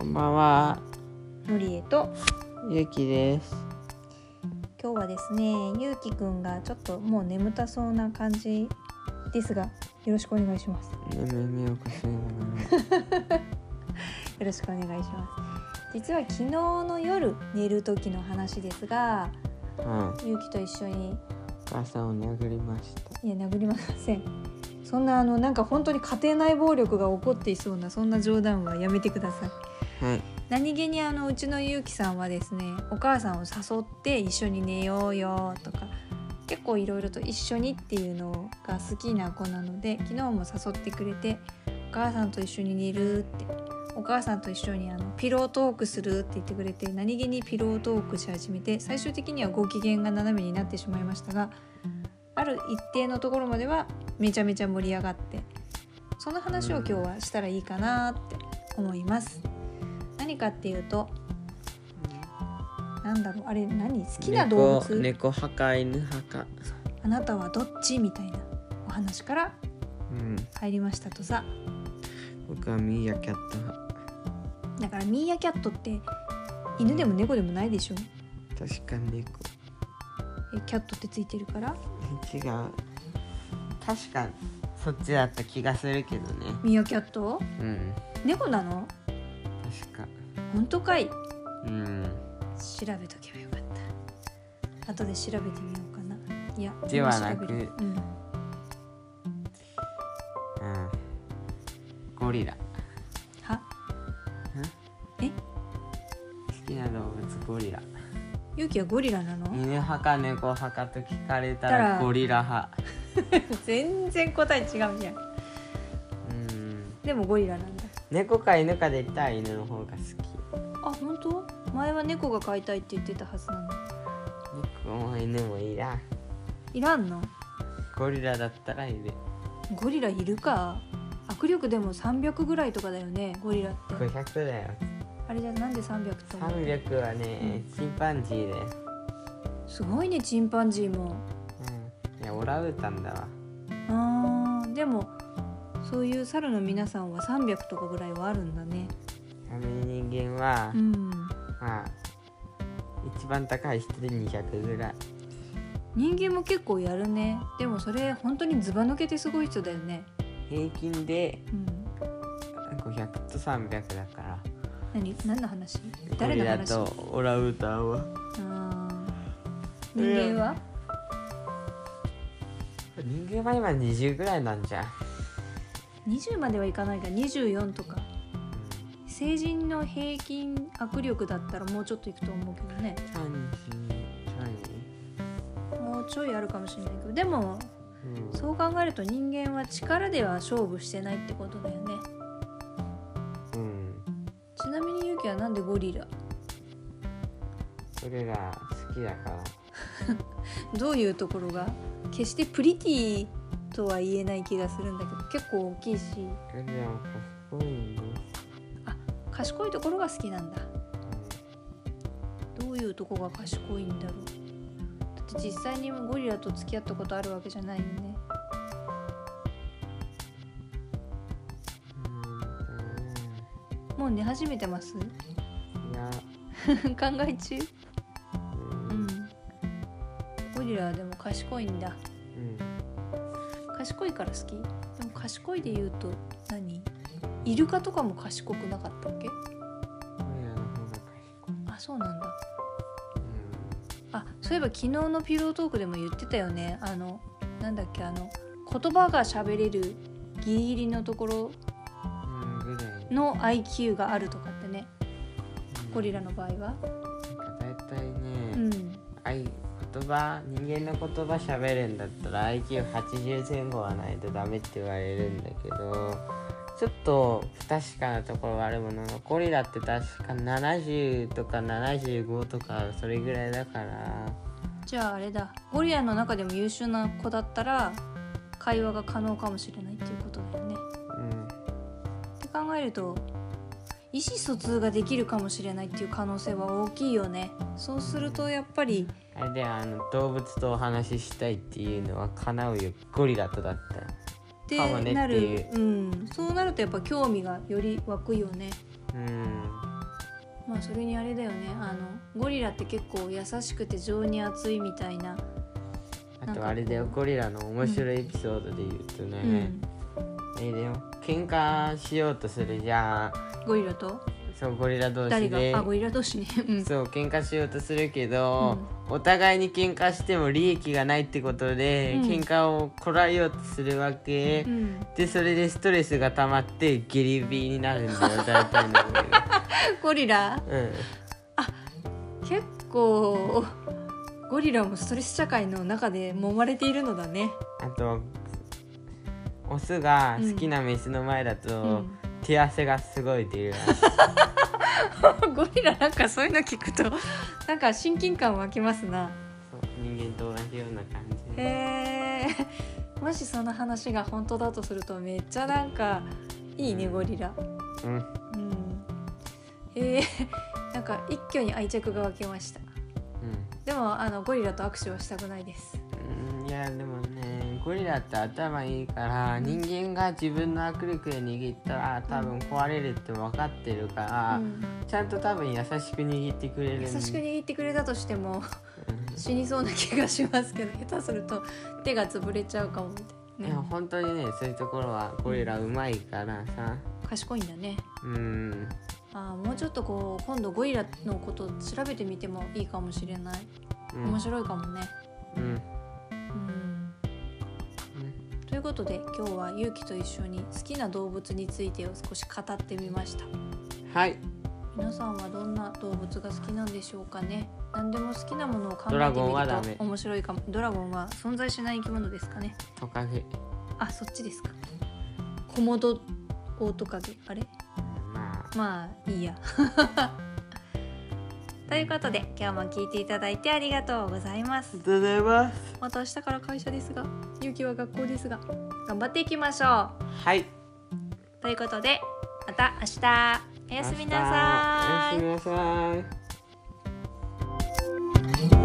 んばんは。 のりえとゆうきです。 今日はですね、ゆうきくんがちょっともう眠たそうな感じですが、よろしくお願いします。 耳をこすりながらよろしくお願いします。実は昨日の夜寝る時の話ですが、ゆうきと一緒にお母さんを殴りました。 いや殴りません。そんななんか本当に家庭内暴力が起こっていそうなそんな冗談はやめてください。 はい。 何気にうちのゆうきさんはですね、お母さんを誘って一緒に寝ようよとか結構いろいろと一緒にっていうのが好きな子なので、昨日も誘ってくれて、お母さんと一緒に寝るって、お母さんと一緒にピロートークするって言ってくれて、何気にピロートークし始めて、最終的にはご機嫌が斜めになってしまいましたが、ある一定のところまではめちゃめちゃ盛り上がって、その話を今日はしたらいいかなって思います。何かっていうと、なんだろう、あれ何、好きな動物、 猫派か犬派か、 あなたはどっちみたいなお話から入りましたとさ。 僕はミーアキャット派。 だからミーアキャットって犬でも猫でもないでしょ。 確かに猫。 キャットってついてるから。 違う、確かそっちだった気がするけどね。 ミーアキャット、猫なの？ 確か。 本当かい？調べとけばよかった。後で調べてみようかな。いやではなく、ゴリラは？ 好きな動物ゴリラ。 ゆうきはゴリラなの？ 犬派か猫派かと聞かれたらゴリラ派。 全然答え違うじゃん。でもゴリラなんだ。 猫か犬かで言ったら犬の方が好き。 あ、本当？前は猫が飼いたいって言ってたはずなの。 猫も犬もいらん。 いらんの？ ゴリラだったらいる。 ゴリラいるか。握力でも300ぐらいとかだよね、ゴリラって。 500だよ。 あれじゃなんで300と思う ？300はね、チンパンジーだよ。 すごいね、チンパンジーも。 いや、オランウータンだわ。 でもそういう猿の皆さんは300とかぐらいはあるんだね。 ちなみに人間は、まあ一番高い人で200ぐらい。 人間も結構やるね。でもそれ本当にズバ抜けてすごい人だよね。 平均で500と300だから。 何の話？誰の話？ ゴリラとオランウータンは。 人間は？ 人間は今20ぐらいなんじゃん。 20まではいかないが24とか。成人の平均握力だったらもうちょっといくと思うけどね。もうちょいあるかもしれないけど、でも、そう考えると人間は力では勝負してないってことだよね。ちなみにゆうきはなんでゴリラ？ ゴリラ好きだから。 どういうところが？決してプリティとは言えない気がするんだけど、結構大きいし。 ゴリラも賢いんだ。 賢いところが好きなんだ。どういうとこが賢いんだろう。だって実際にゴリラと付き合ったことあるわけじゃないよね。もう寝始めてます？ いや考え中。ゴリラはでも賢いんだ。賢いから好き？でも賢いで言うと何？イルカとかも賢くなかったっけ？あ、そうなんだ。そういえば昨日のピロートークでも言ってたよね。なんだっけ、言葉が喋れるギリギリのところの IQ があるとかってね。ゴリラの場合はだいたいね、人間の言葉喋るんだったら IQ80 前後はないとダメって言われるんだけど、ちょっと不確かなところがあるものの、ゴリラって確か70とか75とかそれぐらいだから。 じゃああれだ、ゴリラの中でも優秀な子だったら会話が可能かもしれないっていうことだよね。って考えると意思疎通ができるかもしれないっていう可能性は大きいよね。そうするとやっぱりあれで動物とお話ししたいっていうのは叶うよ、ゴリラとだったら。 ってなる、そうなるとやっぱ興味がより湧くよね。 まあそれにあれだよね、ゴリラって結構優しくて情に熱いみたいな。 あとあれだよ、ゴリラの面白いエピソードで言うとね、あれだよ、喧嘩しようとするじゃん。 ゴリラとそう、ゴリラ同士誰で。 がゴリラ同士ねそう、喧嘩しようとするけど、お互いに喧嘩しても利益がないってことで、喧嘩をこらえようとするわけ、でそれでストレスが溜まってゲリビーになるんだよ、大体のゴリラ、結構ゴリラもストレス社会の中で揉まれているのだね。 あとオスが好きなメスの前だと、手汗がすごい出るゴリラなんかそういうの聞くとなんか親近感湧きますな。 そう、人間と同じような感じ。 もしその話が本当だとするとめっちゃなんかいいね、ゴリラ。なんか一挙に愛着が湧きました。でもゴリラと握手はしたくないです。 いやでもね、ゴリラって頭いいから、人間が自分の握力で握ったら多分壊れるって分かってるから、ちゃんと多分優しく握ってくれる。優しく握ってくれたとしても死にそうな気がしますけど、下手すると手が潰れちゃうかもみたいな。 いや本当にね、そういうところはゴリラうまいからさ、 賢いんだね。もうちょっとこう今度ゴリラのことを調べてみてもいいかもしれない。面白いかもね。ということで今日はゆうきと一緒に好きな動物についてを少し語ってみました。 はい。 皆さんはどんな動物が好きなんでしょうかね。何でも好きなものを考えてみると面白いかも。ドラゴンは存在しない生き物ですかね。 トカゲ。 あ、そっちですか。コモドオオトカゲ、あれ？まあいいや。ということで今日も聞いていただいてありがとうございます。 ありがとうございます。 また明日から会社ですが、ゆうきは学校ですが、頑張っていきましょう。 はい。 ということでまた明日、おやすみなさい。 おやすみなさい。